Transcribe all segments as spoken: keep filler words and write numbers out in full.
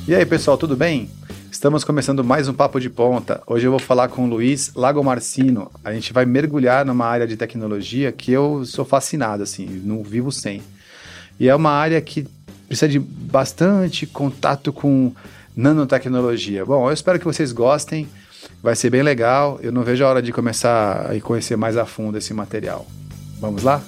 E aí, pessoal, tudo bem? Estamos começando mais um Papo de Ponta. Hoje eu vou falar com o Luiz Lagomarsino. A gente vai mergulhar numa área de tecnologia que eu sou fascinado, assim, não vivo sem. E é uma área que precisa de bastante contato com nanotecnologia. Bom, eu espero que vocês gostem, vai ser bem legal. Eu não vejo a hora de começar a conhecer mais a fundo esse material. Vamos lá?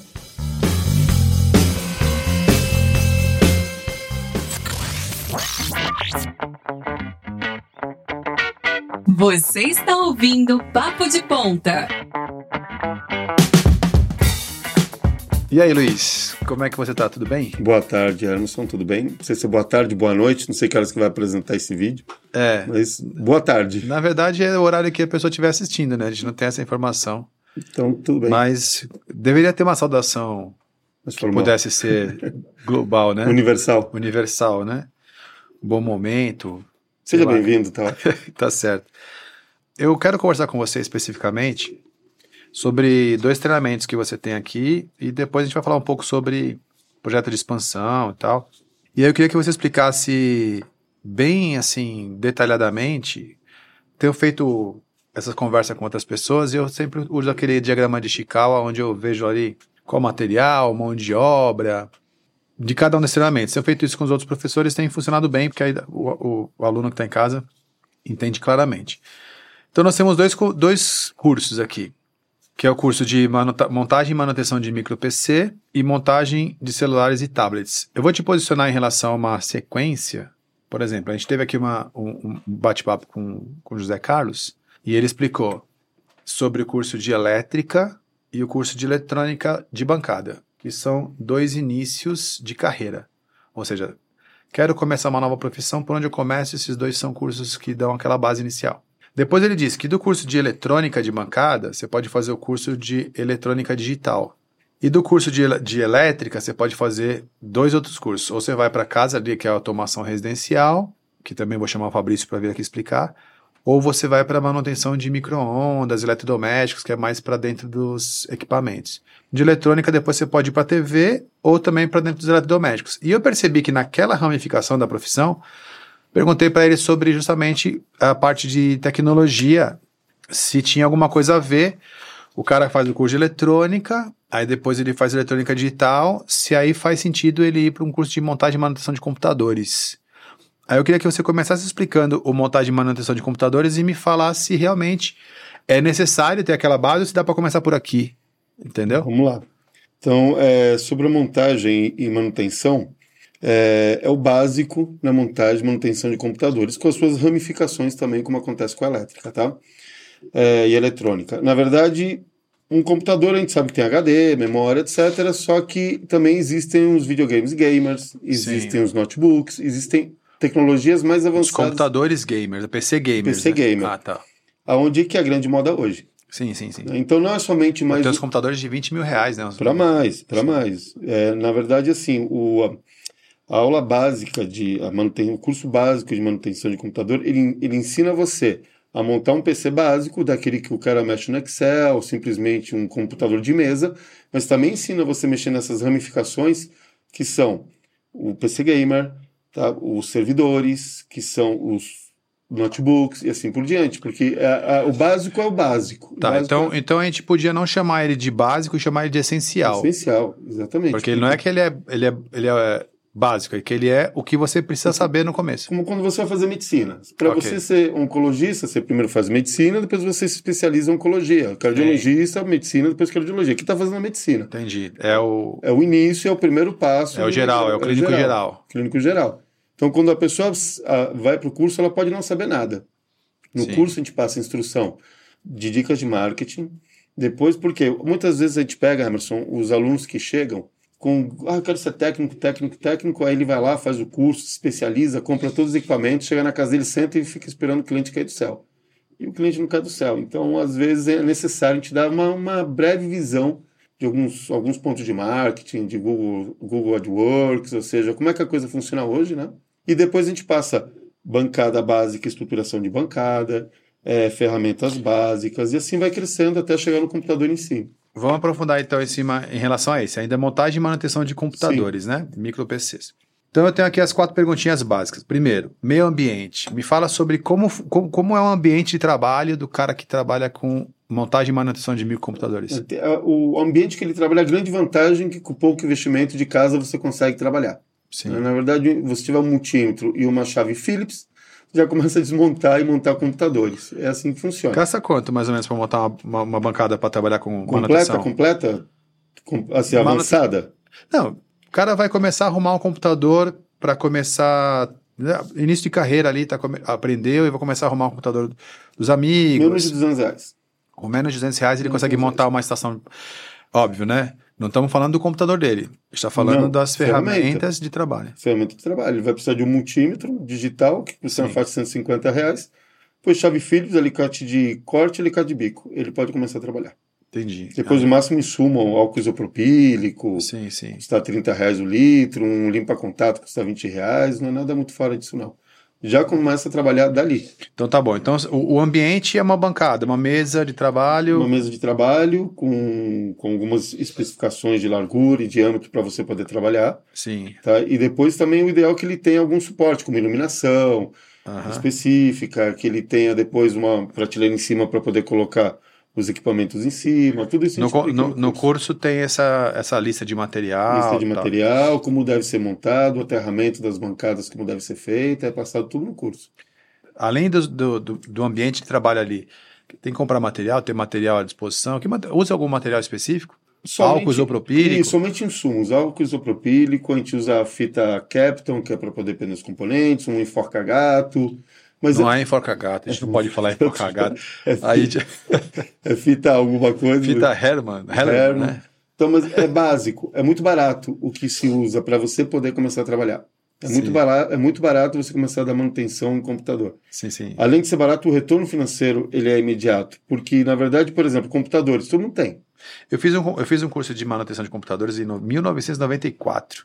Você está ouvindo Papo de Ponta. E aí, Luiz, como é que você tá? Tudo bem? Boa tarde, Emerson, tudo bem? Não sei se é boa tarde, boa noite, não sei que horas que vai apresentar esse vídeo. É. Mas boa tarde. Na verdade, é o horário que a pessoa estiver assistindo, né? A gente não tem essa informação. Então, tudo bem. Mas deveria ter uma saudação Mas que formal. pudesse ser global, né? Universal. Universal, né? Bom momento. Seja sei lá. bem-vindo, tá? Tá certo. Eu quero conversar com você especificamente sobre dois treinamentos que você tem aqui e depois a gente vai falar um pouco sobre projeto de expansão e tal. E aí eu queria que você explicasse bem, assim, detalhadamente. Tenho feito essa conversa com outras pessoas e eu sempre uso aquele diagrama de Chikawa onde eu vejo ali qual material, mão de obra, de cada um desses treinamentos. Tenho feito isso com os outros professores, tem funcionado bem, porque aí o, o, o aluno que está em casa entende claramente. Então nós temos dois, dois cursos aqui, que é o curso de montagem e manutenção de micro P C e montagem de celulares e tablets. Eu vou te posicionar em relação a uma sequência. Por exemplo, a gente teve aqui uma, um, um bate-papo com, com o José Carlos, e ele explicou sobre o curso de elétrica e o curso de eletrônica de bancada, que são dois inícios de carreira. Ou seja, quero começar uma nova profissão, por onde eu começo, esses dois são cursos que dão aquela base inicial. Depois ele disse que do curso de eletrônica de bancada, você pode fazer o curso de eletrônica digital. E do curso de, de elétrica, você pode fazer dois outros cursos. Ou você vai para casa ali, que é a automação residencial, que também vou chamar o Fabrício para vir aqui explicar, ou você vai para manutenção de micro-ondas, eletrodomésticos, que é mais para dentro dos equipamentos. De eletrônica, depois você pode ir para a T V ou também para dentro dos eletrodomésticos. E eu percebi que naquela ramificação da profissão, perguntei para ele sobre justamente a parte de tecnologia, se tinha alguma coisa a ver. O cara faz o curso de eletrônica, aí depois ele faz eletrônica digital, se aí faz sentido ele ir para um curso de montagem e manutenção de computadores. Aí eu queria que você começasse explicando o montagem e manutenção de computadores e me falasse se realmente é necessário ter aquela base ou se dá para começar por aqui, entendeu? Vamos lá. Então, é, sobre a montagem e manutenção, é, é o básico na montagem e manutenção de computadores, com as suas ramificações também, como acontece com a elétrica, tá? É, e eletrônica. Na verdade, um computador a gente sabe que tem H D, memória, etcétera. Só que também existem os videogames gamers, existem Sim. os notebooks, existem tecnologias mais avançadas. Os computadores gamers, P C gamers. P C né? gamer. Ah, tá. Aonde que é a grande moda hoje. Sim, sim, sim. Então não é somente mais... Tem os computadores de vinte mil reais, né? Para mais, para mais. É, na verdade, assim, o, a, a aula básica, de, a manuten, o curso básico de manutenção de computador, ele, ele ensina você a montar um P C básico, daquele que o cara mexe no Excel, simplesmente um computador de mesa, mas também ensina você a mexer nessas ramificações, que são o P C gamer, tá? Os servidores, que são os notebooks e assim por diante, porque a, a, o básico é o básico. Tá, o básico então, é... então a gente podia não chamar ele de básico e chamar ele de essencial. Essencial, exatamente. Porque ele não é que ele é, ele é, ele é básico, é que ele é o que você precisa saber no começo. Como quando você vai fazer medicina. Para okay. você ser oncologista, você primeiro faz medicina, depois você se especializa em oncologia. Cardiologista, Sim. medicina, depois cardiologia. O que está fazendo a medicina? Entendi. É o... É o início, é o primeiro passo. É o geral, é o clínico geral. geral. Clínico geral. Então, quando a pessoa vai para o curso, ela pode não saber nada. No Sim. curso, a gente passa instrução de dicas de marketing. Depois, porque muitas vezes a gente pega, Emerson, os alunos que chegam com, ah, eu quero ser técnico, técnico, técnico, aí ele vai lá, faz o curso, se especializa, compra todos os equipamentos, chega na casa dele, senta e fica esperando o cliente cair do céu. E o cliente não cai do céu. Então, às vezes, é necessário a gente dar uma, uma breve visão de alguns, alguns pontos de marketing, de Google, Google AdWords, ou seja, como é que a coisa funciona hoje, né? E depois a gente passa bancada básica, estruturação de bancada, é, ferramentas básicas, e assim vai crescendo até chegar no computador em si. Vamos aprofundar então em cima em relação a esse. Ainda montagem e manutenção de computadores, Sim. né? Micro P Cs. Então eu tenho aqui as quatro perguntinhas básicas. Primeiro, meio ambiente. Me fala sobre como, como, como é o ambiente de trabalho do cara que trabalha com montagem e manutenção de microcomputadores. O ambiente que ele trabalha, a grande vantagem é que com pouco investimento de casa você consegue trabalhar. Sim. Na verdade, você tiver um multímetro e uma chave Phillips, já começa a desmontar e montar computadores. É assim que funciona. Gasta quanto, mais ou menos, para montar uma, uma, uma bancada para trabalhar com completa, manutenção? Completa? Com, assim, Manut... avançada? Não, o cara vai começar a arrumar um computador para começar... Início de carreira ali, tá, aprendeu e vai começar a arrumar um computador dos amigos. Menos de duzentos reais. Com menos de duzentos reais ele consegue montar uma estação... Óbvio, né? Não estamos falando do computador dele. Está falando Não, das ferramentas ferramenta. de trabalho. Ferramenta de trabalho. Ele vai precisar de um multímetro digital, que custa uma faixa de cento e cinquenta reais. Depois chave Phillips, alicate de corte e alicate de bico. Ele pode começar a trabalhar. Entendi. Depois ah. o máximo insumo, álcool isopropílico. Sim, sim. Custa trinta reais o litro. Um limpa-contato custa vinte reais. Não é nada muito fora disso, não. Já começa a trabalhar dali. Então tá bom. Então o, o ambiente é uma bancada, uma mesa de trabalho. Uma mesa de trabalho com, com algumas especificações de largura e diâmetro para você poder trabalhar. Sim. Tá? E depois também o ideal é que ele tenha algum suporte, como iluminação uh-huh. específica, que ele tenha depois uma prateleira em cima para poder colocar os equipamentos em cima, tudo isso. No, no, no, curso. no curso tem essa, essa lista de material. Lista de tal. material, como deve ser montado, o aterramento das bancadas, como deve ser feito, é passado tudo no curso. Além do, do, do ambiente de trabalho ali, tem que comprar material, tem material à disposição, que, usa algum material específico? Somente, álcool isopropílico? E somente insumos, álcool isopropílico, a gente usa a fita Capton, que é para poder prender os componentes, um enforca-gato. Mas não é, é enforca-gato, a gente não pode falar enforca-gato. É, Aí, é fita alguma coisa. Fita Herman. Herman, Herman. Né? Então, mas é básico, é muito barato o que se usa para você poder começar a trabalhar. É muito, barato, é muito barato você começar a dar manutenção em computador. Sim, sim. Além de ser barato, o retorno financeiro ele é imediato. Porque, na verdade, por exemplo, computadores, todo mundo tem. Eu fiz um, eu fiz um curso de manutenção de computadores em mil novecentos e noventa e quatro.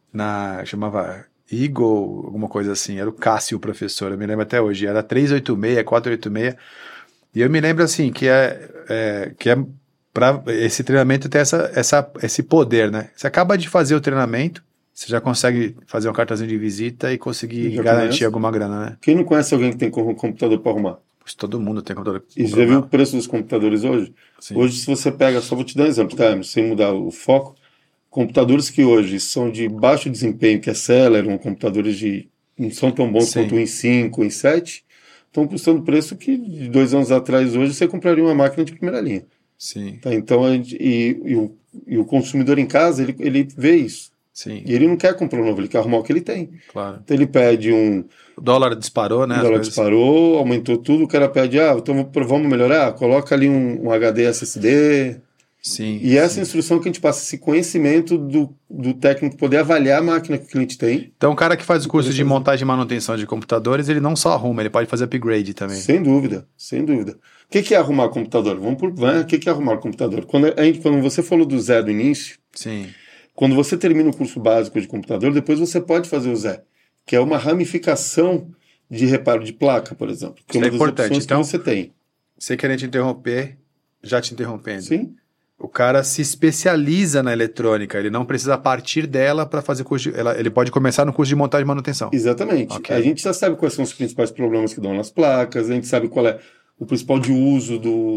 Na, chamava... Eagle, alguma coisa assim, era o Cássio o professor, eu me lembro até hoje, era trezentos e oitenta e seis, quatrocentos e oitenta e seis, e eu me lembro assim, que é, é, que é para esse treinamento ter essa, essa, esse poder, né? Você acaba de fazer o treinamento, você já consegue fazer um cartãozinho de visita e conseguir já garantir conhece? alguma grana, né? Quem não conhece alguém que tem computador para arrumar? Pois todo mundo tem computador. E você já viu o preço dos computadores hoje? Sim. Hoje, se você pega, só vou te dar um exemplo, tá? Sem mudar o foco, computadores que hoje são de baixo desempenho, que aceleram, computadores de não são tão bons Sim. quanto o i cinco, o i sete, estão custando preço que de dois anos atrás, hoje, você compraria uma máquina de primeira linha. Sim. Tá, então, a gente, e, e, o, e o consumidor em casa, ele, ele vê isso. Sim. E ele não quer comprar um novo, ele quer arrumar o que ele tem. Claro. Então ele pede um... O dólar disparou, né? O dólar disparou, aumentou tudo, o cara pede, ah, então vamos melhorar? Coloca ali um, um H D S S D... Sim, e essa sim. instrução que a gente passa, esse conhecimento do, do técnico poder avaliar a máquina que o cliente tem. Então o cara que faz o curso de montagem e manutenção de computadores, ele não só arruma, ele pode fazer upgrade também. Sem dúvida, sem dúvida. O que, que é arrumar computador? Vamos por... O que, que é arrumar computador? Quando, a gente, quando você falou do Zé do início, Sim. quando você termina o curso básico de computador, depois você pode fazer o Zé, que é uma ramificação de reparo de placa, por exemplo. Que Isso é, uma das é importante. Então, que você tem. Sem querer te interromper, já te interrompendo. Sim. O cara se especializa na eletrônica, ele não precisa partir dela para fazer curso de, ela, ele pode começar no curso de montagem e manutenção. Exatamente. Okay. A gente já sabe quais são os principais problemas que dão nas placas, a gente sabe qual é o principal de uso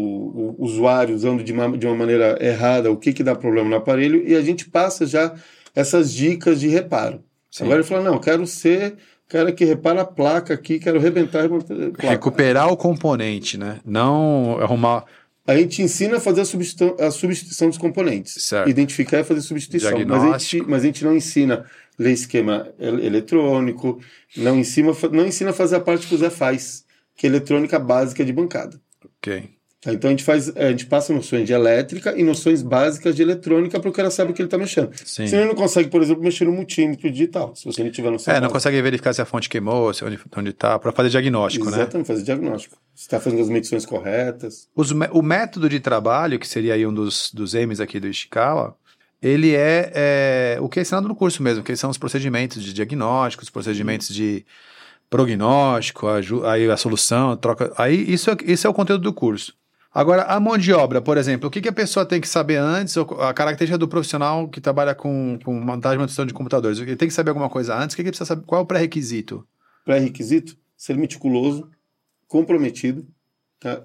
do usuário usando de uma, de uma maneira errada, o que, que dá problema no aparelho, e a gente passa já essas dicas de reparo. Sim. Agora ele fala, não, quero ser cara que repara a placa aqui, quero arrebentar a placa. Recuperar o componente, né? Não arrumar... A gente ensina a fazer a substituição, a substituição dos componentes. Certo. Identificar e fazer substituição. Mas a, gente, mas a gente não ensina ler esquema eletrônico, não ensina, não ensina a fazer a parte que o Zé faz, que é eletrônica básica de bancada. Ok. Então a gente, faz, a gente passa noções de elétrica e noções básicas de eletrônica para o cara saber o que ele está mexendo. Sim. Senão ele não consegue, por exemplo, mexer no multímetro digital, se você não tiver no celular. É, não consegue verificar se a fonte queimou, se onde está, para fazer diagnóstico, Exatamente, né? Exatamente, fazer diagnóstico. Se está fazendo as medições corretas. Os, o método de trabalho, que seria aí um dos, dos M's aqui do Ishikawa, ele é, é o que é ensinado no curso mesmo, que são os procedimentos de diagnóstico, os procedimentos de prognóstico, a, aí a solução, a troca. Aí isso é, isso é o conteúdo do curso. Agora, a mão de obra, por exemplo, o que, que a pessoa tem que saber antes, ou a característica do profissional que trabalha com, com montagem e manutenção de computadores? Ele tem que saber alguma coisa antes? O que, que ele precisa saber? Qual é o pré-requisito? Pré-requisito? Ser meticuloso, comprometido, tá?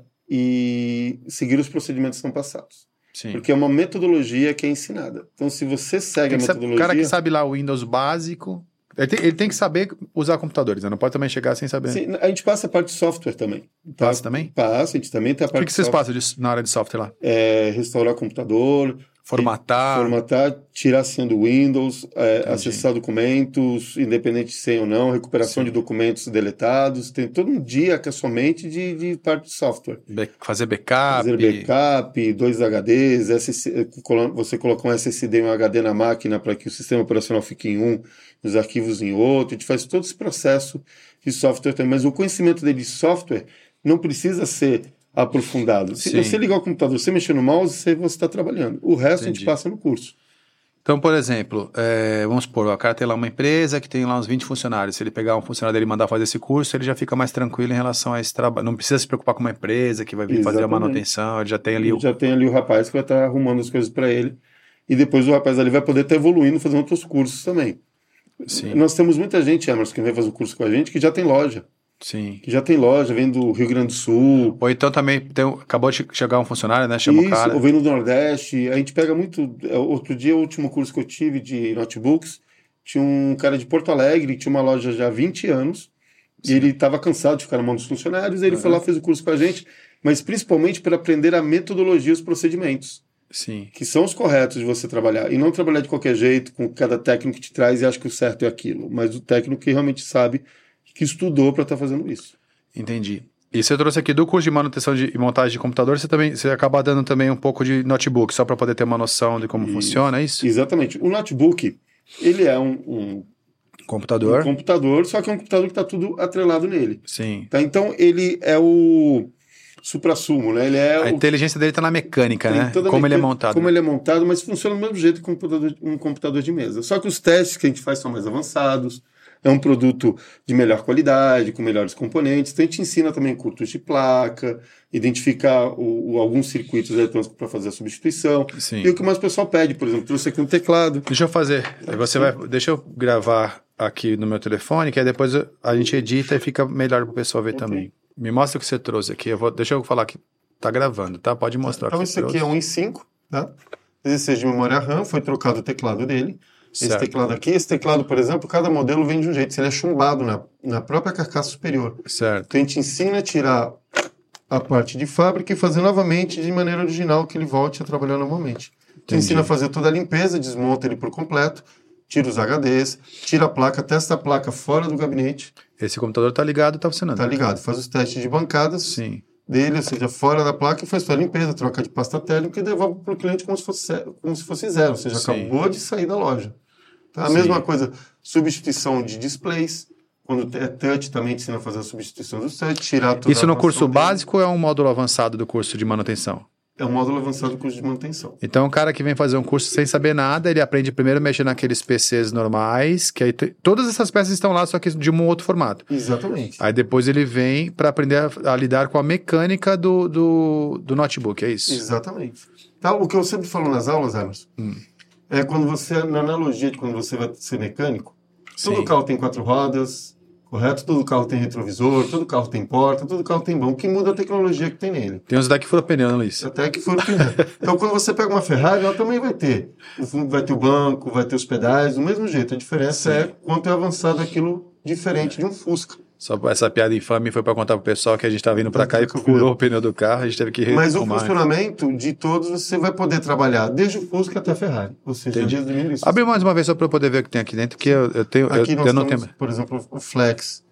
E seguir os procedimentos que são passados. Sim. Porque é uma metodologia que é ensinada. Então, se você segue a metodologia... O cara que sabe lá o Windows básico... Ele tem, ele tem que saber usar computadores, né? Não pode também chegar sem saber. Sim, a gente passa a parte de software também. Tá? Passa também? Passa, a gente também tem a parte O que, que vocês passam de, na área de software lá? É, restaurar computador... Formatar. Formatar, tirar a senha do Windows, é, acessar documentos, independente de senha ou não, recuperação Sim. de documentos deletados. Tem todo um dia que é somente de, de parte de software. Be- fazer backup. Fazer backup, dois H Ds, S S D, você coloca um S S D e um H D na máquina para que o sistema operacional fique em um, os arquivos em outro. A gente faz todo esse processo de software também. Mas o conhecimento dele de software não precisa ser aprofundado. Se Sim. você ligar o computador, você mexer no mouse, você está trabalhando. O resto Entendi. A gente passa no curso. Então, por exemplo, é, vamos supor, o cara tem lá uma empresa que tem lá uns vinte funcionários. Se ele pegar um funcionário dele e mandar fazer esse curso, ele já fica mais tranquilo em relação a esse trabalho. Não precisa se preocupar com uma empresa que vai vir Exatamente. Fazer a manutenção. Ele já tem ali ele o... já tem ali o rapaz que vai estar arrumando as coisas para ele. E depois o rapaz ali vai poder estar evoluindo, fazendo outros cursos também. Sim. Nós temos muita gente, Emerson, que vem fazer o curso com a gente, que já tem loja. Sim. Que já tem loja, vem do Rio Grande do Sul. Ou então também tem, acabou de chegar um funcionário, né? Chama Isso, o cara. ou vem do Nordeste. A gente pega muito... Outro dia, o último curso que eu tive de notebooks, tinha um cara de Porto Alegre, que tinha uma loja já há vinte anos, Sim. e ele estava cansado de ficar na mão dos funcionários, e ele uhum. foi lá, fez o curso com a gente, mas principalmente para aprender a metodologia e os procedimentos. Sim. Que são os corretos de você trabalhar. E não trabalhar de qualquer jeito, com cada técnico que te traz e acha que o certo é aquilo. Mas o técnico que realmente sabe, que estudou para estar tá fazendo isso. Entendi. E você trouxe aqui do curso de manutenção de, e montagem de computador, você também você acaba dando também um pouco de notebook, só para poder ter uma noção de como e, funciona, é isso? Exatamente. O notebook, ele é um, um, computador. um computador, só que é um computador que está tudo atrelado nele. Sim. Tá? Então, ele é o suprassumo, né? Ele é a o, inteligência dele está na mecânica, né? Como ele é montado. Como ele é montado, mas funciona do mesmo jeito que um computador, um computador de mesa. Só que os testes que a gente faz são mais avançados. É um produto de melhor qualidade, com melhores componentes. Então, a gente ensina também curtos de placa, identificar o, o, alguns circuitos eletrônicos para fazer a substituição. Sim. E o que mais o pessoal pede, por exemplo, trouxe aqui um teclado. Deixa eu fazer. Você vai, deixa eu gravar aqui no meu telefone, que aí depois a gente edita e fica melhor para o pessoal ver okay. também. Me mostra o que você trouxe aqui. Eu vou, deixa eu falar que tá gravando, tá? Pode mostrar. Então, esse aqui é um i cinco, tá? dezesseis de memória RAM, foi trocado o teclado dele. Esse certo. Teclado aqui, esse teclado, por exemplo, cada modelo vem de um jeito. Ele é chumbado na, na própria carcaça superior. Certo. Então a gente ensina a tirar a parte de fábrica e fazer novamente de maneira original, que ele volte a trabalhar normalmente. Então, ensina a fazer toda a limpeza, desmonta ele por completo, tira os H Ds, tira a placa, testa a placa fora do gabinete. Esse computador está ligado, está funcionando. Está ligado, faz os testes de bancadas Sim. dele, ou seja, fora da placa, e faz toda a limpeza, troca de pasta térmica e devolve para o cliente como se fosse, como se fosse zero, ou seja, Sim. acabou de sair da loja. Tá? A Sim. mesma coisa, substituição de displays. Quando é touch, também ensina a fazer a substituição do touch, tirar toda Isso no curso dele. básico ou é um módulo avançado do curso de manutenção? É um módulo avançado do curso de manutenção. Então, o cara que vem fazer um curso sem saber nada, ele aprende primeiro a mexer naqueles P Cs normais, que aí t- todas essas peças estão lá, só que de um outro formato. Exatamente. Aí depois ele vem para aprender a, a lidar com a mecânica do, do, do notebook, é isso? Exatamente. Tá, o que eu sempre falo nas aulas, Emerson, hum. é quando você, na analogia de quando você vai ser mecânico, todo Sim. carro tem quatro rodas, correto? Todo carro tem retrovisor, todo carro tem porta, todo carro tem banco. O que muda é a tecnologia que tem nele. Tem uns daqui que foram pneu, Luiz. Até que foram pneu. Então, quando você pega uma Ferrari, ela também vai ter. Vai ter o banco, vai ter os pedais, do mesmo jeito. A diferença Sim. é quanto é avançado aquilo diferente de um Fusca. Só essa piada infame foi para contar pro pessoal que a gente estava vindo para cá e furou o pneu do carro, a gente teve que retomar. Mas o funcionamento de todos você vai poder trabalhar, desde o Fusca até a Ferrari. Ou seja, desde o início. Abre mais uma vez só para eu poder ver o que tem aqui dentro, que eu, eu tenho... Aqui eu, nós eu não temos, tenho... por exemplo, o flex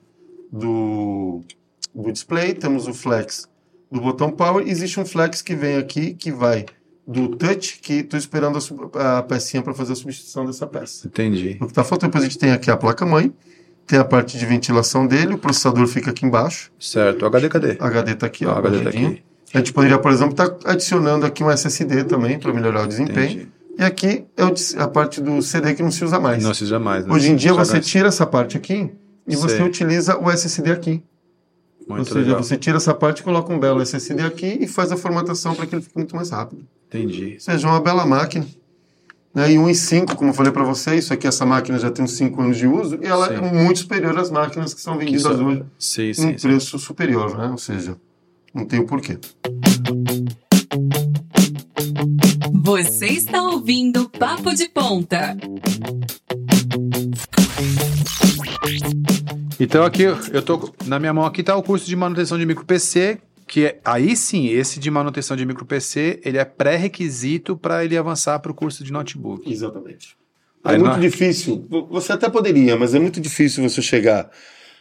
do, do display, temos o flex do botão power, existe um flex que vem aqui, que vai do touch, que estou esperando a, a pecinha para fazer a substituição dessa peça. Entendi. O que está faltando, depois a gente tem aqui a placa-mãe, tem a parte de ventilação dele, o processador fica aqui embaixo. Certo. O H D cadê? O H D está aqui, ó. O H D está aqui. A gente poderia, por exemplo, estar tá adicionando aqui um S S D também, para melhorar o desempenho. Entendi. E aqui é o, a parte do C D que não se usa mais. Não se usa mais. Né? Hoje em dia você tira essa parte aqui e Sei. você utiliza o S S D aqui. Muito Ou seja, legal. você tira essa parte, coloca um belo S S D aqui e faz a formatação para que ele fique muito mais rápido. Entendi. Ou seja, uma bela máquina. Né? E um i cinco, como eu falei para vocês, isso aqui, essa máquina já tem uns cinco anos de uso e ela sim. é muito superior às máquinas que são vendidas que hoje sim, em sim, preço sim. superior, né? Ou seja, não tem o porquê. Você está ouvindo Papo de Ponta. Então aqui, eu tô, na minha mão aqui está o curso de manutenção de micro P C, que é, aí sim, esse de manutenção de micro P C, ele é pré-requisito para ele avançar para o curso de notebook. Exatamente. Aí é muito não... difícil, você até poderia, mas é muito difícil você chegar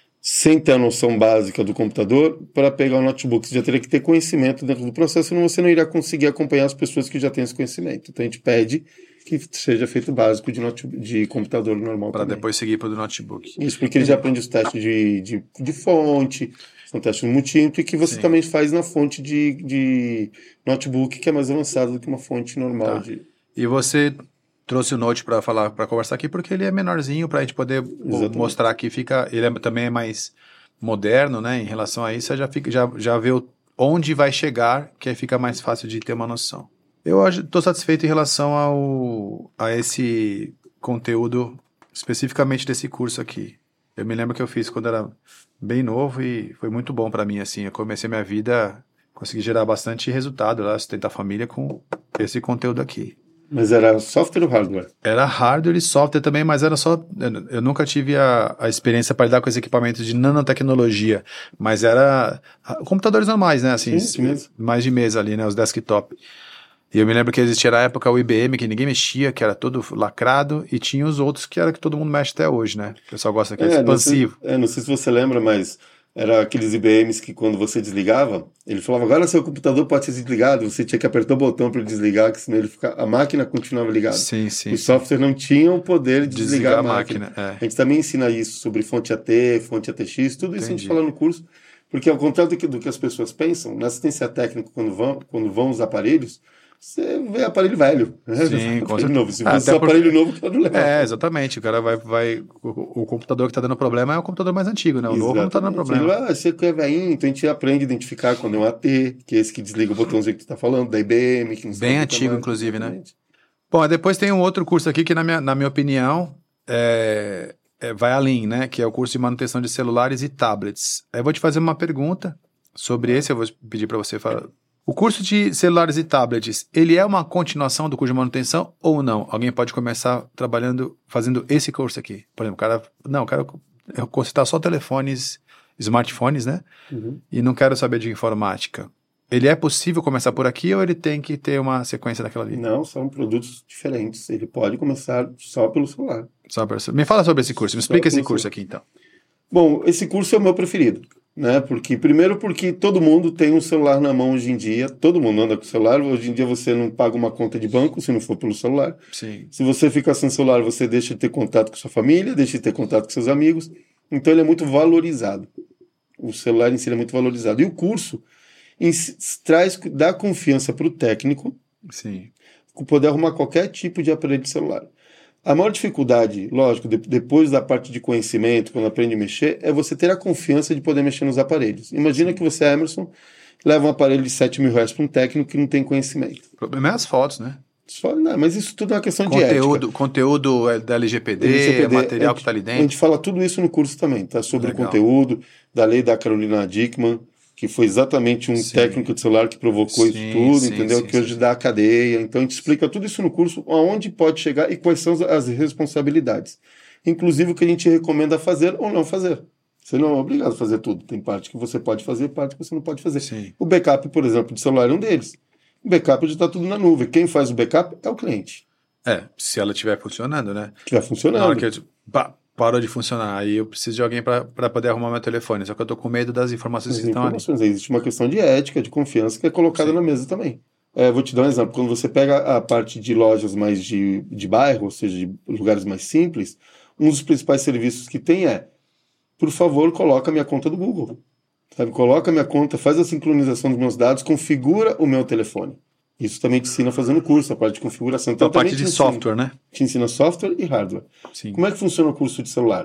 sem ter a noção básica do computador para pegar o notebook. Você já teria que ter conhecimento dentro do processo, senão você não irá conseguir acompanhar as pessoas que já têm esse conhecimento. Então a gente pede que seja feito básico de, notebook, de computador normal para também. depois seguir para o do notebook. Isso, porque ele já aprende os testes de, de, de fonte, são testes multímetro, e que você sim. também faz na fonte de, de notebook, que é mais avançado do que uma fonte normal. Tá. De... E você trouxe o Note para falar, para conversar aqui, porque ele é menorzinho, para a gente poder Exatamente. mostrar que fica, ele é, também é mais moderno, né? Em relação a isso, já, fica, já, já vê onde vai chegar, que aí fica mais fácil de ter uma noção. Eu estou satisfeito em relação ao, a esse conteúdo, especificamente desse curso aqui. Eu me lembro que eu fiz quando era bem novo e foi muito bom para mim, assim. Eu comecei minha vida, consegui gerar bastante resultado lá, sustentar a família com esse conteúdo aqui. Mas era software ou hardware? Era hardware e software também, mas era só... Eu, eu nunca tive a, a experiência para lidar com esse equipamento de nanotecnologia, mas era computadores normais, né? Assim, sim, sim. mais de mesa ali, né? Os desktop. E eu me lembro que existia na época o I B M, que ninguém mexia, que era todo lacrado, e tinha os outros que era que todo mundo mexe até hoje, né? O pessoal gosta daquele é, expansivo. Não sei, é, não sei se você lembra, mas era aqueles I B Ms que quando você desligava, ele falava, agora seu computador pode ser desligado, você tinha que apertar o botão para ele desligar, que senão ele fica, a máquina continuava ligada. Sim, sim. O software não tinha o poder de desligar, desligar a máquina. máquina é. A gente também ensina isso sobre fonte A T, fonte A T X, tudo isso Entendi. A gente fala no curso, porque ao contrário do que, do que as pessoas pensam, na assistência técnica, quando vão, quando vão os aparelhos, você vê aparelho velho. Né? Sim, com certeza. Novo. Se fosse um aparelho novo, que não leva. É, exatamente. O cara vai. vai o, o computador que está dando problema é o computador mais antigo, né? O exatamente. Novo não está dando problema. Ele, ah, você que é velhinho, então a gente aprende a identificar quando é um A T, que é esse que desliga o botãozinho que tu está falando, da I B M. Que não Bem antigo, inclusive, exatamente. Né? Bom, depois tem um outro curso aqui que, na minha, na minha opinião, é, é, vai além, né? Que é o curso de manutenção de celulares e tablets. Eu vou te fazer uma pergunta sobre esse, eu vou pedir para você falar. O curso de celulares e tablets, ele é uma continuação do curso de manutenção ou não? Alguém pode começar trabalhando, fazendo esse curso aqui. Por exemplo, o cara, não, eu quero eu consultar só telefones, smartphones, né? Uhum. E não quero saber de informática. Ele é possível começar por aqui ou ele tem que ter uma sequência daquela ali? Não, são produtos diferentes. Ele pode começar só pelo celular. Só pelo... Me fala sobre esse curso, me explica esse curso aqui então. Bom, esse curso é o meu preferido. Né? Porque, primeiro porque todo mundo tem um celular na mão hoje em dia, todo mundo anda com celular, hoje em dia você não paga uma conta de banco se não for pelo celular. Sim. Se você ficar sem celular, você deixa de ter contato com sua família, deixa de ter contato com seus amigos, então ele é muito valorizado. O celular em si é muito valorizado. E o curso em, traz, dá confiança para o técnico Sim. poder arrumar qualquer tipo de aparelho de celular. A maior dificuldade, lógico, de, depois da parte de conhecimento, quando aprende a mexer, é você ter a confiança de poder mexer nos aparelhos. Imagina que você, Emerson, leva um aparelho de sete mil reais para um técnico que não tem conhecimento. O problema é as fotos, né? Só, não, mas isso tudo é uma questão conteúdo, de ética. Conteúdo é da L G P D, L G P D material gente, que está ali dentro. A gente fala tudo isso no curso também, tá? Sobre Legal. O conteúdo, da lei da Carolina Dickmann, que foi exatamente um sim. técnico de celular que provocou sim, isso tudo, sim, entendeu? Sim, que hoje sim. dá a cadeia. Então a gente explica tudo isso no curso, aonde pode chegar e quais são as responsabilidades. Inclusive o que a gente recomenda fazer ou não fazer. Você não é obrigado a fazer tudo. Tem parte que você pode fazer, parte que você não pode fazer. Sim. O backup, por exemplo, de celular é um deles. O backup já está tudo na nuvem. Quem faz o backup é o cliente. É, se ela estiver funcionando, né? Estiver funcionando. Na hora que eu, pá, parou de funcionar, aí eu preciso de alguém para poder arrumar meu telefone, só que eu tô com medo das informações As que estão informações. ali. Existe uma questão de ética, de confiança que é colocada Sim. na mesa também. É, vou te dar um exemplo. Quando você pega a parte de lojas mais de, de bairro, ou seja, de lugares mais simples, um dos principais serviços que tem é, por favor, coloca a minha conta do Google. Sabe? Coloca a minha conta, faz a sincronização dos meus dados, configura o meu telefone. Isso também te ensina fazendo curso, a parte de configuração. Então, a parte de software, né? Te ensina software e hardware. Sim. Como é que funciona o curso de celular?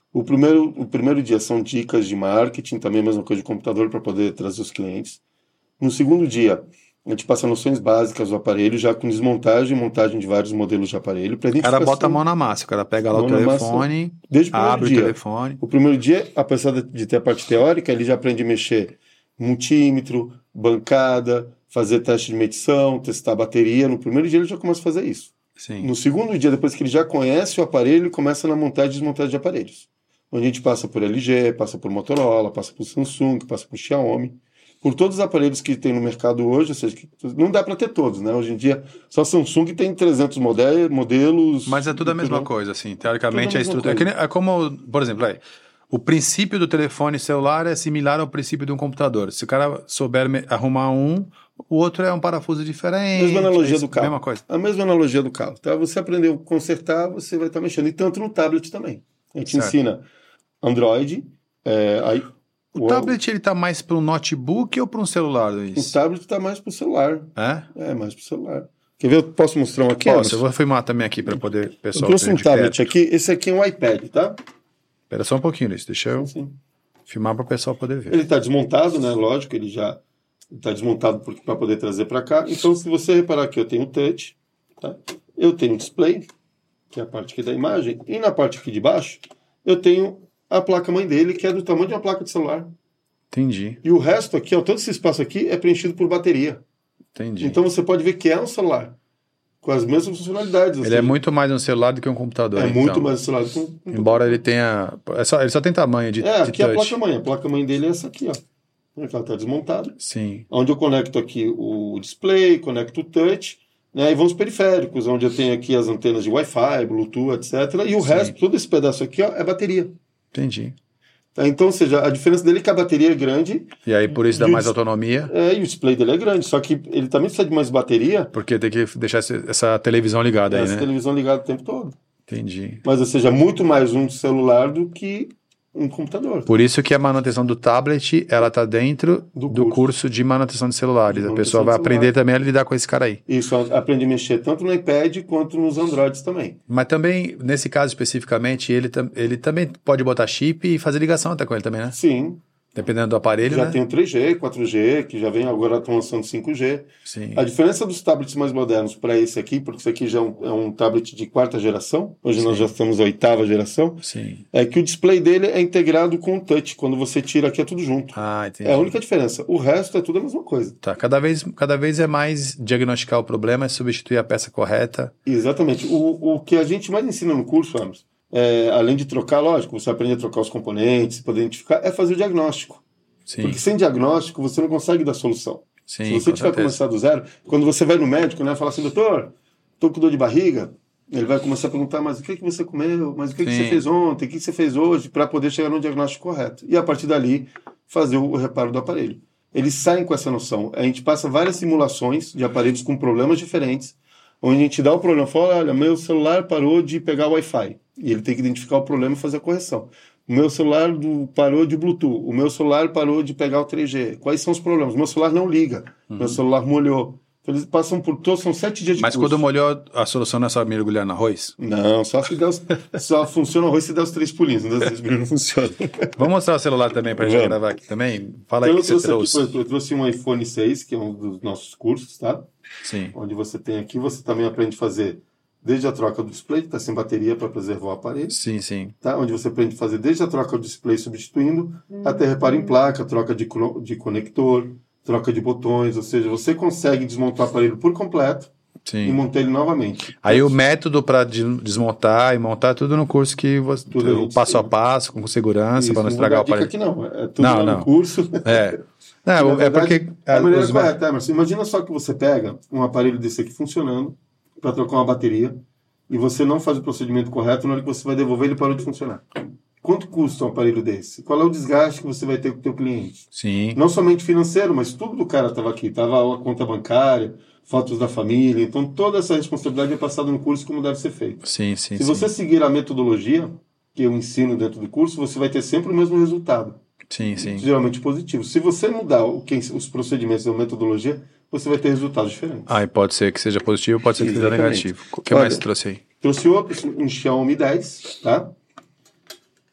O primeiro, o primeiro dia são dicas de marketing, também a mesma coisa de computador para poder trazer os clientes. No segundo dia, a gente passa noções básicas do aparelho, já com desmontagem e montagem de vários modelos de aparelho. O cara bota a mão na massa, o cara pega lá o telefone, desde o abre dia. o telefone. O primeiro dia, apesar de ter a parte teórica, ele já aprende a mexer multímetro, bancada, fazer teste de medição, testar a bateria. No primeiro dia ele já começa a fazer isso. Sim. No segundo dia, depois que ele já conhece o aparelho, ele começa na montagem e desmontagem de aparelhos. Onde a gente passa por L G, passa por Motorola, passa por Samsung, passa por Xiaomi. Por todos os aparelhos que tem no mercado hoje, ou seja, que não dá para ter todos, né? Hoje em dia, só Samsung tem trezentos modelos. Mas é tudo a mesma coisa, assim. Teoricamente, a, a estrutura... É, que, é como, por exemplo, aí, o princípio do telefone celular é similar ao princípio de um computador. Se o cara souber me, arrumar um, o outro é um parafuso diferente. A mesma analogia é do carro. Mesma coisa. A mesma analogia do carro. Tá? Você aprendeu a consertar, você vai estar mexendo. E tanto no tablet também. A gente certo. ensina Android, é, aí... O Uou. tablet, ele tá mais para um notebook ou para um celular, Luiz? O tablet tá mais para o celular. É? É, mais para o celular. Quer ver? Eu posso mostrar um aqui? Posso, eu vou filmar também aqui para poder... pessoal. Eu trouxe um tablet crédito. aqui. Esse aqui é um iPad, tá? Espera só um pouquinho, Luiz. Deixa eu sim, sim. filmar para o pessoal poder ver. Ele tá desmontado, né? Lógico, ele já está desmontado para poder trazer para cá. Então, se você reparar aqui, eu tenho touch, tá? Eu tenho display, que é a parte aqui da imagem. E na parte aqui de baixo, eu tenho... a placa-mãe dele, que é do tamanho de uma placa de celular. Entendi. E o resto aqui, ó, todo esse espaço aqui é preenchido por bateria. Entendi. Então você pode ver que é um celular, com as mesmas funcionalidades. Ele seja, é muito mais um celular do que um computador. É então. muito mais um celular do que um computador. Embora ele tenha... É só, ele só tem tamanho de É, de aqui é a placa-mãe. A placa-mãe dele é essa aqui, ó. Ela está desmontada. Sim. Onde eu conecto aqui o display, conecto o touch, né, e vão os periféricos, onde eu tenho aqui as antenas de Wi-Fi, Bluetooth, etcétera. E o Sim. resto, todo esse pedaço aqui, ó, é bateria. Entendi. Tá, então, ou seja, a diferença dele é que a bateria é grande. E aí, por isso dá mais autonomia. É, e o display dele é grande, só que ele também precisa de mais bateria. Porque tem que deixar essa televisão ligada aí, essa né? Essa televisão ligada o tempo todo. Entendi. Mas, ou seja, muito mais um celular do que um computador. Por isso que a manutenção do tablet, ela está dentro do, do curso. curso de manutenção de celulares. De manutenção a pessoa vai aprender também a lidar com esse cara aí. Isso, aprende a mexer tanto no iPad quanto nos Androids também. Mas também, nesse caso especificamente, ele, ele também pode botar chip e fazer ligação até com ele também, né? Sim. Dependendo do aparelho, já né? tem o três G, quatro G, que já vem, agora estão lançando cinco G. Sim. A diferença dos tablets mais modernos para esse aqui, porque esse aqui já é um, é um tablet de quarta geração, hoje Sim. nós já estamos na oitava geração, Sim. é que o display dele é integrado com o touch, quando você tira aqui é tudo junto. Ah, entendi. É a única diferença. O resto é tudo a mesma coisa. Tá, cada vez, cada vez é mais diagnosticar o problema e substituir a peça correta. Exatamente. O, o que a gente mais ensina no curso, Amos, é, além de trocar, lógico, você aprende a trocar os componentes, poder identificar, é fazer o diagnóstico. Sim. Porque sem diagnóstico você não consegue dar solução. Sim, se você tiver começar do zero, quando você vai no médico, né, fala assim, doutor, tô com dor de barriga, ele vai começar a perguntar, mas o que, que você comeu, mas o que, que você fez ontem, o que, que você fez hoje, para poder chegar no diagnóstico correto. E a partir dali, fazer o reparo do aparelho. Eles saem com essa noção. A gente passa várias simulações de aparelhos com problemas diferentes, onde a gente dá o problema, fala, olha, meu celular parou de pegar o Wi-Fi. E ele tem que identificar o problema e fazer a correção. O meu celular do, parou de Bluetooth. O meu celular parou de pegar o três G. Quais são os problemas? O meu celular não liga. Uhum. Meu celular molhou. Então, eles passam por todos, são sete dias de Mas curso. Quando molhou, a solução não é só mergulhar no arroz? Não, só se der os, só funciona o arroz se der os três pulinhos. Não der os três pulinhos, não funciona. Vamos mostrar o celular também para a gente gravar aqui também? Fala aí o que você trouxe. Aqui, eu trouxe um iPhone seis, que é um dos nossos cursos, tá? Sim. Onde você tem aqui, você também aprende a fazer desde a troca do display, que está sem bateria para preservar o aparelho. Sim, sim. Tá? Onde você aprende a fazer desde a troca do display substituindo, hum. até reparo em placa, troca de, de conector, troca de botões, ou seja, você consegue desmontar o aparelho por completo Sim. e montar ele novamente. Aí então, o método para desmontar e montar tudo no curso que você, tudo o passo a passo, com segurança, para não estragar o aparelho. Aqui não, é tudo não, lá não. no curso. É. Não, verdade, é porque... É a maneira correta, Emerson. Imagina só que você pega um aparelho desse aqui funcionando para trocar uma bateria e você não faz o procedimento correto, na hora que você vai devolver, ele parou de funcionar. Quanto custa um aparelho desse? Qual é o desgaste que você vai ter com o teu cliente? Sim. Não somente financeiro, mas tudo do cara estava aqui. Estava a conta bancária, fotos da família. Então, toda essa responsabilidade é passada no curso como deve ser feito. Sim, sim, Se sim. você seguir a metodologia que eu ensino dentro do curso, você vai ter sempre o mesmo resultado. Sim, sim. Geralmente positivo. Se você mudar o que, os procedimentos da metodologia, você vai ter resultados diferentes. Ah, e pode ser que seja positivo, pode ser que seja negativo. O que Olha, mais você trouxe aí? Trouxe outro, um Xiaomi dez, tá?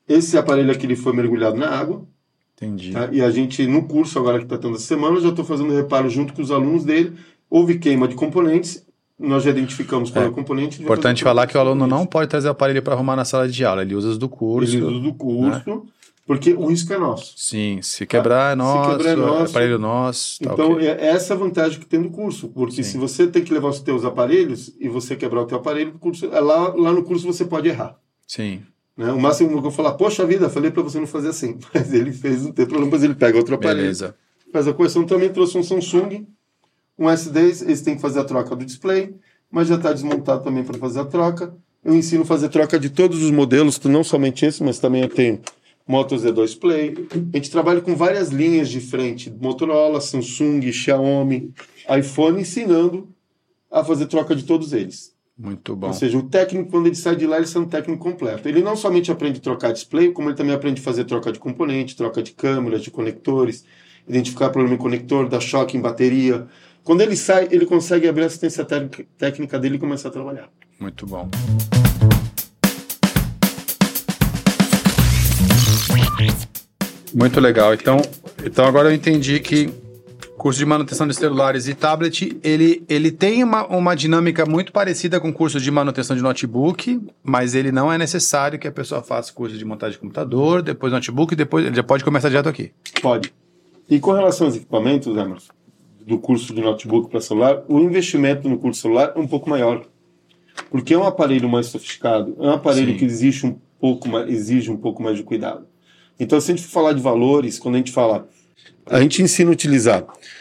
Esse aparelho aqui ele foi mergulhado na água. Entendi. Tá? E a gente, no curso agora que está tendo essa semana, eu já estou fazendo reparo junto com os alunos dele. Houve queima de componentes, nós já identificamos qual é, é o componente. Importante falar que o aluno não pode trazer o aparelho para arrumar na sala de aula, ele usa os do curso. Ele usa os do curso, né? Porque o risco é nosso. Sim, se quebrar é nosso, se quebrar é nosso, aparelho nosso. Tá, então, okay. é essa a vantagem que tem do curso, porque Sim. se você tem que levar os teus aparelhos e você quebrar o teu aparelho, o curso, lá, lá no curso você pode errar. Sim. Né? O máximo que eu vou falar, poxa vida, falei para você não fazer assim. Mas ele fez, não tem problema, mas ele pega outro aparelho. Beleza. Faz a correção. Também trouxe um Samsung, um S dez, eles têm que fazer a troca do display, mas já está desmontado também para fazer a troca. Eu ensino a fazer troca de todos os modelos, não somente esse, mas também eu tenho Moto Z dois Play. A gente trabalha com várias linhas de frente, Motorola, Samsung, Xiaomi, iPhone, ensinando a fazer troca de todos eles. Muito bom. Ou seja, o técnico, quando ele sai de lá, ele sai um técnico completo. Ele não somente aprende a trocar display, como ele também aprende a fazer troca de componente, troca de câmeras, de conectores, identificar problema em conector, dar choque em bateria. Quando ele sai, ele consegue abrir a assistência técnica dele e começar a trabalhar. Muito bom. Muito legal. Então, então agora eu entendi que o curso de manutenção de celulares e tablet, ele, ele tem uma, uma dinâmica muito parecida com o curso de manutenção de notebook, mas ele não é necessário que a pessoa faça curso de montagem de computador, depois notebook, e depois ele já pode começar direto aqui. Pode. E com relação aos equipamentos, Emerson, do curso de notebook para celular, o investimento no curso celular é um pouco maior. Porque é um aparelho mais sofisticado, é um aparelho Sim. que exige um, pouco mais, exige um pouco mais de cuidado. Então, se a gente for falar de valores, quando a gente fala... A gente ensina a utilizar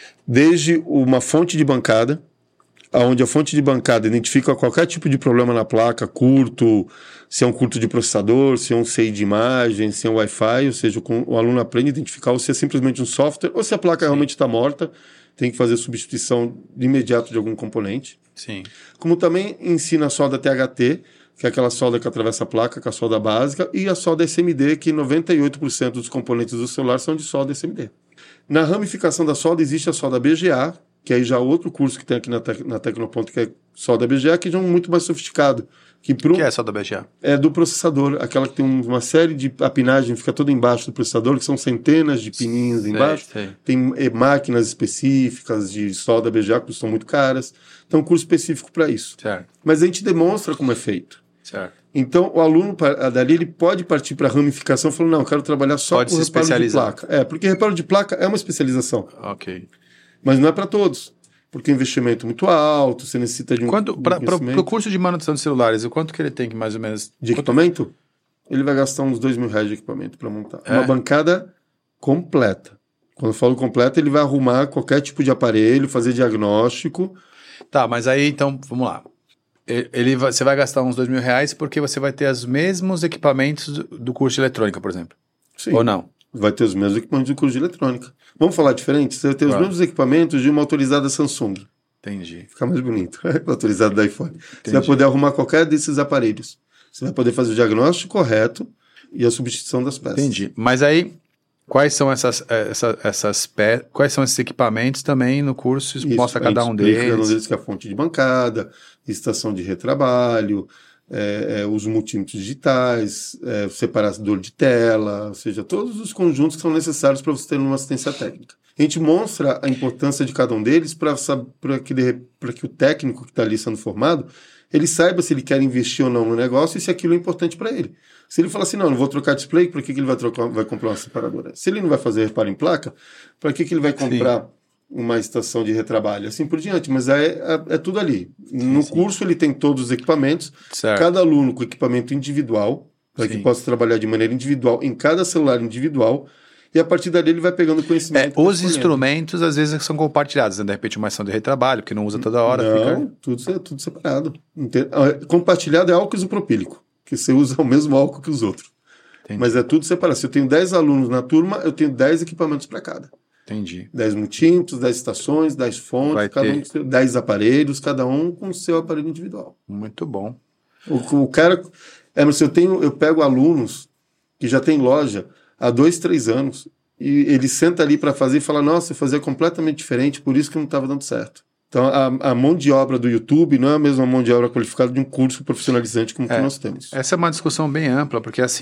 desde uma fonte de bancada, onde a fonte de bancada identifica qualquer tipo de problema na placa, curto, se é um curto de processador, se é um C I de imagem, se é um Wi-Fi, ou seja, o aluno aprende a identificar ou se é simplesmente um software, ou se a placa Sim. realmente está morta, tem que fazer substituição de imediato de algum componente. Sim. Como também ensina a solda T H T, que é aquela solda que atravessa a placa, que é a solda básica, e a solda S M D, que noventa e oito por cento dos componentes do celular são de solda S M D. Na ramificação da solda existe a solda B G A, que aí já é outro curso que tem aqui na, Tec- na Tecnoponto, que é solda B G A, que já é muito mais sofisticado. Que pro... O que é a solda B G A? É do processador, aquela que tem uma série de apinagem, fica toda embaixo do processador, que são centenas de pininhos sei, embaixo. Sei. Tem é, máquinas específicas de solda B G A, que são muito caras. Então, um curso específico para isso. Certo. Mas a gente demonstra como é feito. Certo. Então, o aluno, dali, ele pode partir para a ramificação, falando, não, eu quero trabalhar só pode com reparo de placa. É, porque reparo de placa é uma especialização. Ok. Mas não é para todos, porque o investimento é muito alto, você necessita de um Quanto, Para o curso de manutenção de celulares, o quanto que ele tem que mais ou menos... De quanto... equipamento? Ele vai gastar uns dois mil reais de equipamento para montar. É? Uma bancada completa. Quando eu falo completa, ele vai arrumar qualquer tipo de aparelho, fazer diagnóstico. Tá, mas aí, então, vamos lá. Ele, você vai gastar uns dois mil reais porque você vai ter os mesmos equipamentos do, do curso de eletrônica, por exemplo. Sim. Ou não? Vai ter os mesmos equipamentos do curso de eletrônica. Vamos falar diferente? Você vai ter os claro. mesmos equipamentos de uma autorizada Samsung. Entendi. Fica mais bonito. Autorizado da iPhone. Entendi. Você vai poder arrumar qualquer desses aparelhos. Você vai poder fazer o diagnóstico correto e a substituição das peças. Entendi. Mas aí, quais são essas, essa, essas pe... quais são esses equipamentos também no curso? Isso, mostra cada um deles. Cada um deles que é a fonte de bancada, estação de retrabalho, é, é, os multímetros digitais, é, separador de tela, ou seja, todos os conjuntos que são necessários para você ter uma assistência técnica. A gente mostra a importância de cada um deles para que, que o técnico que está ali sendo formado, ele saiba se ele quer investir ou não no negócio e se aquilo é importante para ele. Se ele falar assim, não, não vou trocar display, para que, que ele vai, trocar, vai comprar uma separadora? Se ele não vai fazer reparo em placa, para que, que ele vai comprar sim. uma estação de retrabalho? Assim por diante, mas é, é, é tudo ali. No sim, curso sim. ele tem todos os equipamentos, certo. Cada aluno com equipamento individual, para que possa trabalhar de maneira individual em cada celular individual, e a partir dali ele vai pegando conhecimento. É, os instrumentos às vezes são compartilhados, né? De repente uma ação de retrabalho, que não usa toda hora. Não, fica... tudo, é tudo separado. Compartilhado é álcool isopropílico, que você usa o mesmo álcool que os outros. Entendi. Mas é tudo separado. Se eu tenho dez alunos na turma, eu tenho dez equipamentos para cada. Entendi. dez multímetros, dez estações, dez fontes, vai cada ter... um dez aparelhos, cada um com o seu aparelho individual. Muito bom. O, o cara... É, mas eu, tenho, eu pego alunos que já tem loja há dois, três anos, e ele senta ali para fazer e fala, nossa, eu fazia completamente diferente, por isso que não estava dando certo. Então, a, a mão de obra do YouTube não é a mesma mão de obra qualificada de um curso profissionalizante como é, que nós temos. Essa é uma discussão bem ampla, porque assim,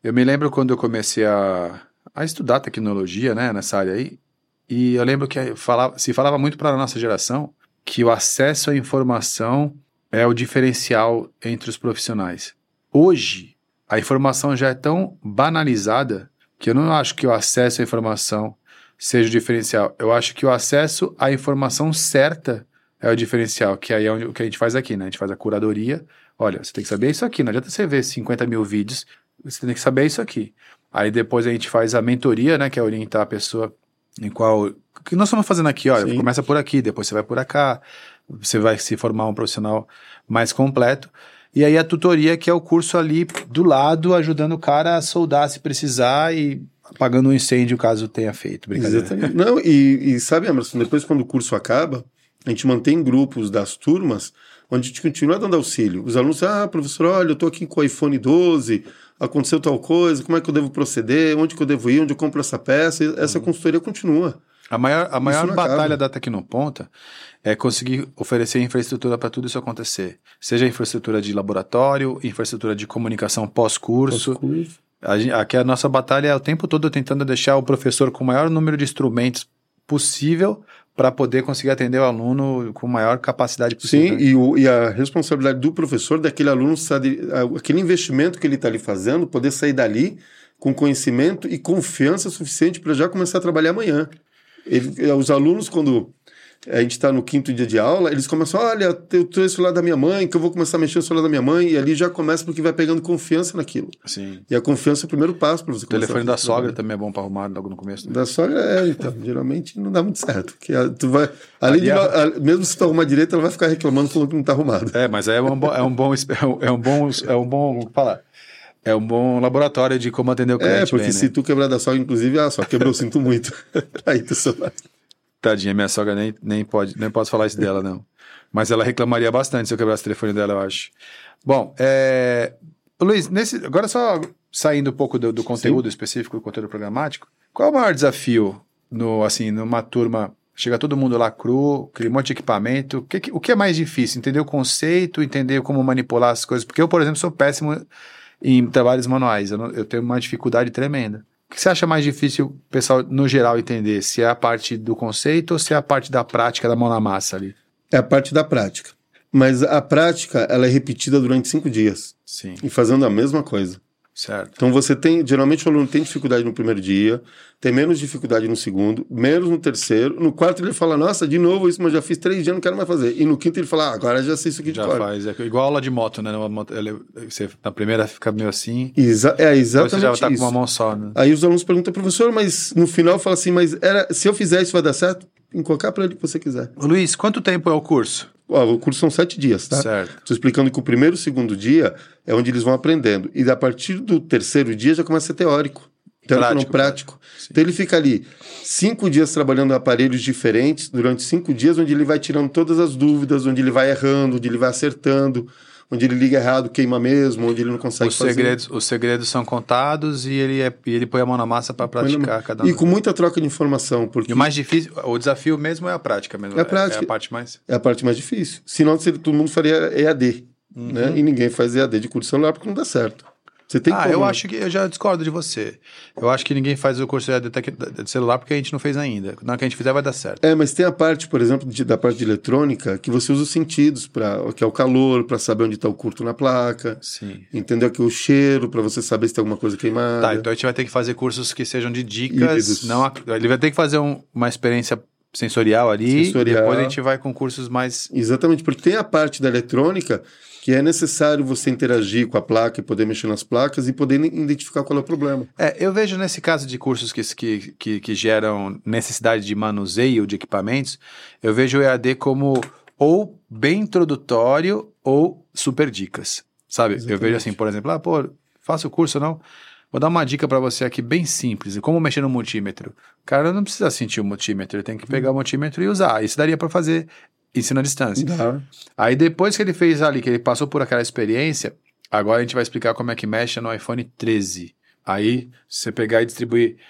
Eu me lembro quando eu comecei a, a estudar tecnologia, né, nessa área aí, e eu lembro que falava, se falava muito para a nossa geração que o acesso à informação é o diferencial entre os profissionais. Hoje, a informação já é tão banalizada que eu não acho que o acesso à informação seja o diferencial. Eu acho que o acesso à informação certa é o diferencial, que aí é o que a gente faz aqui, né? A gente faz a curadoria. Olha, você tem que saber isso aqui, não adianta você ver cinquenta mil vídeos, você tem que saber isso aqui. Aí depois a gente faz a mentoria, né? Que é orientar a pessoa em qual... O que nós estamos fazendo aqui? Olha, Sim. começa por aqui, depois você vai por cá, você vai se formar um profissional mais completo. E aí a tutoria, que é o curso ali do lado, ajudando o cara a soldar se precisar e apagando um incêndio caso tenha feito. Exatamente. Não, e, e sabe, Emerson, depois quando o curso acaba, a gente mantém grupos das turmas onde a gente continua dando auxílio. Os alunos, ah, professor, olha, eu estou aqui com o iPhone doze, aconteceu tal coisa, como é que eu devo proceder, onde que eu devo ir, onde eu compro essa peça, e essa consultoria continua. A maior, a maior batalha acaba. da Tecnoponta é conseguir oferecer infraestrutura para tudo isso acontecer. Seja infraestrutura de laboratório, infraestrutura de comunicação pós-curso. Pós-curso. A, aqui a nossa batalha é o tempo todo tentando deixar o professor com o maior número de instrumentos possível para poder conseguir atender o aluno com a maior capacidade possível. Sim, e, o, e a responsabilidade do professor, daquele aluno, aquele investimento que ele está ali fazendo, poder sair dali com conhecimento e confiança suficiente para já começar a trabalhar amanhã. Ele, os alunos, quando a gente está no quinto dia de aula, eles começam, olha, eu trouxe o celular da minha mãe, que eu vou começar a mexer no celular da minha mãe, e ali já começa porque vai pegando confiança naquilo. Sim. E a confiança é o primeiro passo para você começar. O telefone da sogra trabalhar. Também é bom para arrumar logo no começo. Né? Da sogra é, então, geralmente não dá muito certo. Porque tu vai, além de, a... mesmo se tu arrumar direito, ela vai ficar reclamando falando que não está arrumado. É, mas é um bom, é um bom, é um bom, é um bom, como falar, é um bom laboratório de como atender o cliente. É, porque bem, se né? tu quebrar da sogra, inclusive, ah, só quebrou, sinto muito. Aí tu só vai. Tadinha, minha sogra nem, nem pode, nem posso falar isso dela, não. Mas ela reclamaria bastante se eu quebrasse o telefone dela, eu acho. Bom, é... Luiz, nesse... agora só saindo um pouco do, do conteúdo Sim. específico, do conteúdo programático, qual é o maior desafio, no, assim, numa turma, chega todo mundo lá cru, cria um monte de equipamento, o que, o que é mais difícil? Entender o conceito, entender como manipular as coisas? Porque eu, por exemplo, sou péssimo em trabalhos manuais, eu, não, eu tenho uma dificuldade tremenda. O que você acha mais difícil o pessoal, no geral, entender? Se é a parte do conceito ou se é a parte da prática, da mão na massa ali? É a parte da prática. Mas a prática, ela é repetida durante cinco dias. Sim. E fazendo a mesma coisa. Certo. Então você tem, geralmente o aluno tem dificuldade no primeiro dia, tem menos dificuldade no segundo, menos no terceiro, no quarto ele fala, nossa, de novo isso, mas já fiz três dias, não quero mais fazer. E no quinto ele fala, ah, agora já sei isso aqui de Já fora. faz, é igual aula de moto, né? Você, na primeira fica meio assim, Exa é exatamente você já tá isso. com uma mão só, né? Aí os alunos perguntam, professor, mas no final fala assim, mas era, se eu fizer isso vai dar certo? Em qualquer aparelho que você quiser. Ô, Luiz, quanto tempo é o curso? Ó, o curso são sete dias, tá? Certo. Estou explicando que o primeiro e o segundo dia é onde eles vão aprendendo. E a partir do terceiro dia já começa a ser teórico. Teórico prático, não prático. Então ele fica ali cinco dias trabalhando aparelhos diferentes, durante cinco dias, onde ele vai tirando todas as dúvidas, onde ele vai errando, onde ele vai acertando, onde ele liga errado, queima mesmo, onde ele não consegue os fazer. Segredos, os segredos são contados e ele, é, e ele põe a mão na massa para praticar cada um. E com muita troca de informação. Porque... E o mais difícil, o desafio mesmo é a prática mesmo. É a prática. É a parte mais... É a parte mais difícil. Senão todo mundo faria E A D. Uhum. Né? E ninguém faz E A D de curso celular porque não dá certo. Você tem ah, como... eu acho que eu já discordo de você. Eu acho que ninguém faz o curso de E A D de celular porque a gente não fez ainda. Na hora que a gente fizer vai dar certo. É, mas tem a parte, por exemplo, de, da parte de eletrônica, que você usa os sentidos, pra, que é o calor, para saber onde está o curto na placa. Sim. Entendeu? Que o cheiro, para você saber se tem alguma coisa queimada. Tá, então a gente vai ter que fazer cursos que sejam de dicas. Não, ele vai ter que fazer um, uma experiência sensorial ali. Sensorial. Depois a gente vai com cursos mais... Exatamente, porque tem a parte da eletrônica que é necessário você interagir com a placa e poder mexer nas placas e poder identificar qual é o problema. É, eu vejo nesse caso de cursos que, que, que, que geram necessidade de manuseio de equipamentos, eu vejo o E A D como ou bem introdutório ou super dicas, sabe? Exatamente. Eu vejo assim, por exemplo, ah, pô, faça o curso não? Vou dar uma dica para você aqui bem simples, como mexer no multímetro. O cara não precisa sentir o multímetro, ele tem que pegar hum. o multímetro e usar. Isso daria para fazer ensino à distância. Uhum. Aí depois que ele fez ali, que ele passou por aquela experiência, agora a gente vai explicar como é que mexe no iPhone treze. Aí, se você pegar e distribuir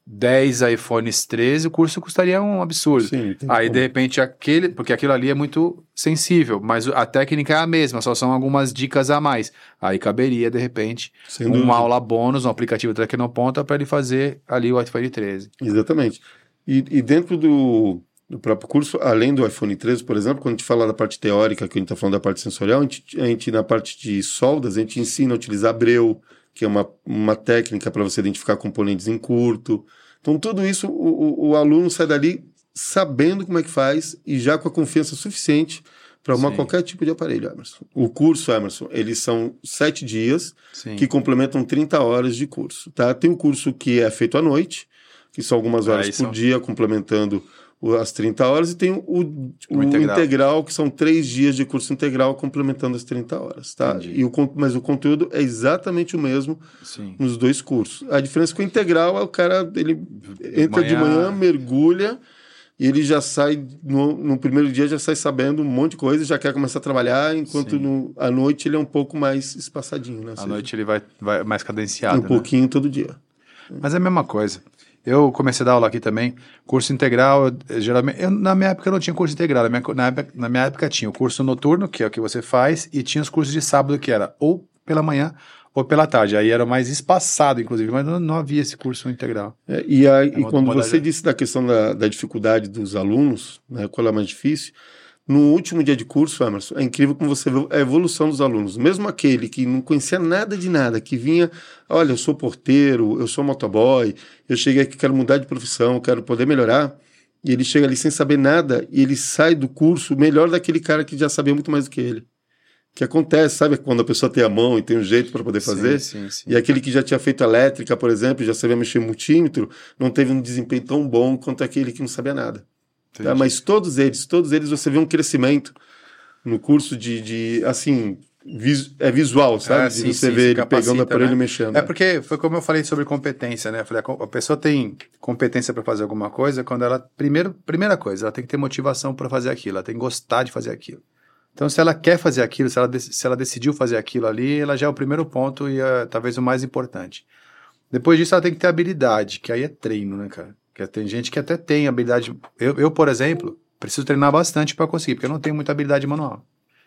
dez iPhones treze, o curso custaria um absurdo. Sim, aí, de repente, aquele... Porque aquilo ali é muito sensível, mas a técnica é a mesma, só são algumas dicas a mais. Aí caberia, de repente, Sem uma dúvida. aula bônus, um aplicativo da Tecnoponta para ele fazer ali o iPhone treze. Exatamente. E, e dentro do, do próprio curso, além do iPhone treze, por exemplo, quando a gente fala da parte teórica, que a gente está falando da parte sensorial, a gente, a gente, na parte de soldas, a gente ensina a utilizar Breu, que é uma, uma técnica para você identificar componentes em curto. Então, tudo isso, o, o, o aluno sai dali sabendo como é que faz e já com a confiança suficiente para arrumar Sim. qualquer tipo de aparelho, Emerson. O curso, Emerson, eles são sete dias Sim. que complementam trinta horas de curso. Tá? Tem o curso que é feito à noite, que são algumas horas Aí por são- dia, complementando o- as trinta horas, e tem o, o, O integral. integral, que são três dias de curso integral, complementando as trinta horas. Tá? Entendi. E o, con- mas o conteúdo é exatamente o mesmo Sim. nos dois cursos. A diferença é que o integral é o cara, ele entra de Manhã- manhã, mergulha, e ele já sai, no, no primeiro dia, já sai sabendo um monte de coisa, já quer começar a trabalhar, enquanto Sim. no, à noite ele é um pouco mais espaçadinho, né? Ou À seja, noite ele vai, vai mais cadenciado, um né? pouquinho todo dia. Mas é a mesma coisa. Eu comecei a dar aula aqui também, curso integral, eu, geralmente, eu, na minha época não tinha curso integral, na minha, na, época, na minha época tinha o curso noturno, que é o que você faz, e tinha os cursos de sábado, que era ou pela manhã ou pela tarde, aí era mais espaçado, inclusive, mas não, não havia esse curso integral. É, e aí, e uma quando modalidade. você disse da questão da, da dificuldade dos alunos, né, qual é mais difícil, no último dia de curso, Emerson, é incrível como você vê a evolução dos alunos. Mesmo aquele que não conhecia nada de nada, que vinha, olha, eu sou porteiro, eu sou motoboy, eu cheguei aqui, quero mudar de profissão, quero poder melhorar, e ele chega ali sem saber nada, e ele sai do curso melhor daquele cara que já sabia muito mais do que ele. Que acontece, sabe? Quando a pessoa tem a mão e tem um jeito para poder fazer. Sim, sim, sim. E aquele que já tinha feito elétrica, por exemplo, já sabia mexer em multímetro, não teve um desempenho tão bom quanto aquele que não sabia nada. Tá? Mas todos eles, todos eles você vê um crescimento no curso de, de assim, vis, é visual, sabe? Ah, de sim, você sim, ver se ele capacita, pegando o aparelho né? e mexendo. É porque foi como eu falei sobre competência, né? Eu falei, a, a pessoa tem competência para fazer alguma coisa quando ela, primeiro, primeira coisa, ela tem que ter motivação para fazer aquilo, ela tem que gostar de fazer aquilo. Então, se ela quer fazer aquilo, se ela, se ela decidiu fazer aquilo ali, ela já é o primeiro ponto e é talvez o mais importante. Depois disso, ela tem que ter habilidade, que aí é treino, né, cara? Porque tem gente que até tem habilidade. Eu, eu por exemplo, preciso treinar bastante para conseguir, porque eu não tenho muita habilidade manual.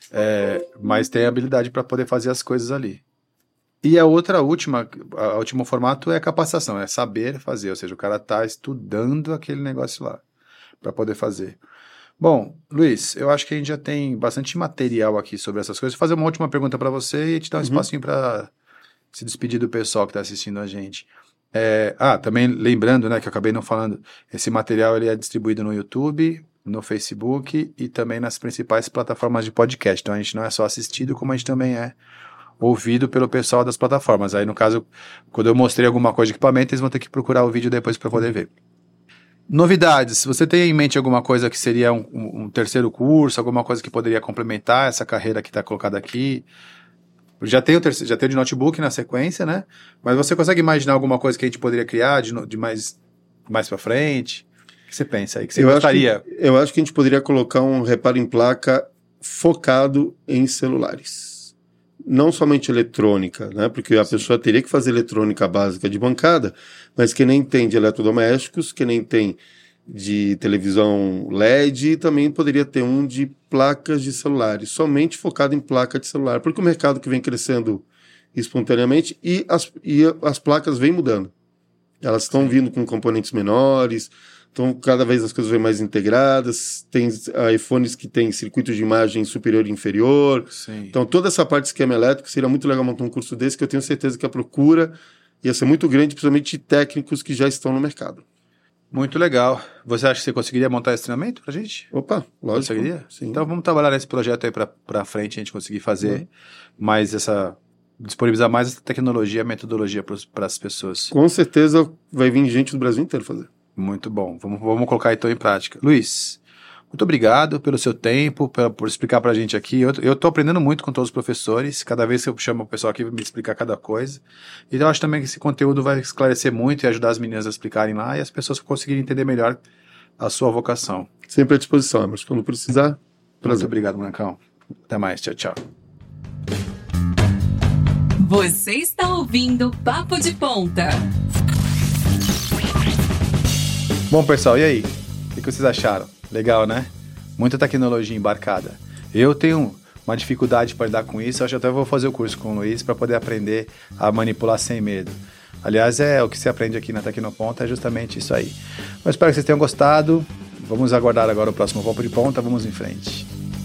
É, mas tenho habilidade para poder fazer as coisas ali. E a outra, a última, a último formato é a capacitação, é saber fazer, ou seja, o cara está estudando aquele negócio lá para poder fazer. Bom, Luiz, eu acho que a gente já tem bastante material aqui sobre essas coisas. Vou fazer uma última pergunta para você e te dar um Uhum. espacinho para se despedir do pessoal que está assistindo a gente. É, ah, também lembrando, né, que eu acabei não falando, esse material ele é distribuído no YouTube, no Facebook e também nas principais plataformas de podcast. Então a gente não é só assistido, como a gente também é ouvido pelo pessoal das plataformas. Aí, no caso, quando eu mostrei alguma coisa de equipamento, eles vão ter que procurar o vídeo depois para poder ver. Novidades, se você tem em mente alguma coisa que seria um, um, um terceiro curso, alguma coisa que poderia complementar essa carreira que está colocada aqui, já tem, o terceiro, já tem o de notebook na sequência, né? Mas você consegue imaginar alguma coisa que a gente poderia criar de, no- de mais, mais para frente? O que você pensa aí? Que você eu, acho gostaria? que, eu acho que a gente poderia colocar um reparo em placa focado em celulares. Não somente eletrônica, né? Porque a Sim. pessoa teria que fazer eletrônica básica de bancada, mas que nem tem de eletrodomésticos, que nem tem de televisão L E D, e também poderia ter um de placas de celulares, somente focado em placa de celular, porque o mercado que vem crescendo espontaneamente e as, e as placas vêm mudando. Elas estão vindo com componentes menores, então cada vez as coisas vêm mais integradas, tem iPhones que têm circuitos de imagem superior e inferior. Sim. Então toda essa parte de esquema elétrico, seria muito legal montar um curso desse, que eu tenho certeza que a procura ia ser muito grande, principalmente de técnicos que já estão no mercado. Muito legal. Você acha que você conseguiria montar esse treinamento pra gente? Opa, lógico. Conseguiria? Sim. Então vamos trabalhar nesse projeto aí pra, pra frente, a gente conseguir fazer Uhum. mais essa... disponibilizar mais essa tecnologia, metodologia para as pessoas. Com certeza vai vir gente do Brasil inteiro fazer. Muito bom. Vamos, vamos colocar então em prática. Luiz, muito obrigado pelo seu tempo, pela, por explicar pra gente aqui. Eu estou aprendendo muito com todos os professores. Cada vez que eu chamo o pessoal aqui, me explicar cada coisa. E eu acho também que esse conteúdo vai esclarecer muito e ajudar as meninas a explicarem lá e as pessoas conseguirem entender melhor a sua vocação. Sempre à disposição, mas quando precisar, prazer. Muito obrigado, Molecão. Até mais. Tchau, tchau. Você está ouvindo Papo de Ponta. Bom, pessoal, e aí? O que vocês acharam? Legal, né? Muita tecnologia embarcada. Eu tenho uma dificuldade para lidar com isso, eu acho que até vou fazer o curso com o Luiz para poder aprender a manipular sem medo. Aliás, é o que se aprende aqui na Tecnoponta, é justamente isso aí. Eu espero que vocês tenham gostado. Vamos aguardar agora o próximo Papo de Ponta, vamos em frente.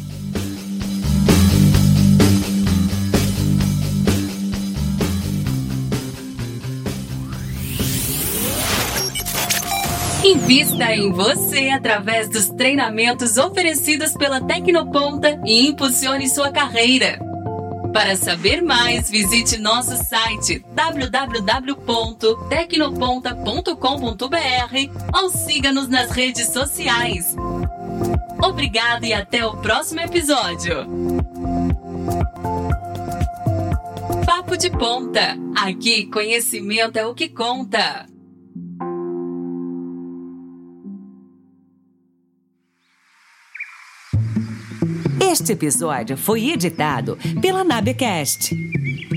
Invista em você através dos treinamentos oferecidos pela Tecnoponta e impulsione sua carreira. Para saber mais, visite nosso site w w w ponto tecnoponta ponto com ponto b r ou siga-nos nas redes sociais. Obrigado e até o próximo episódio. Papo de Ponta. Aqui, conhecimento é o que conta. Este episódio foi editado pela Nabecast.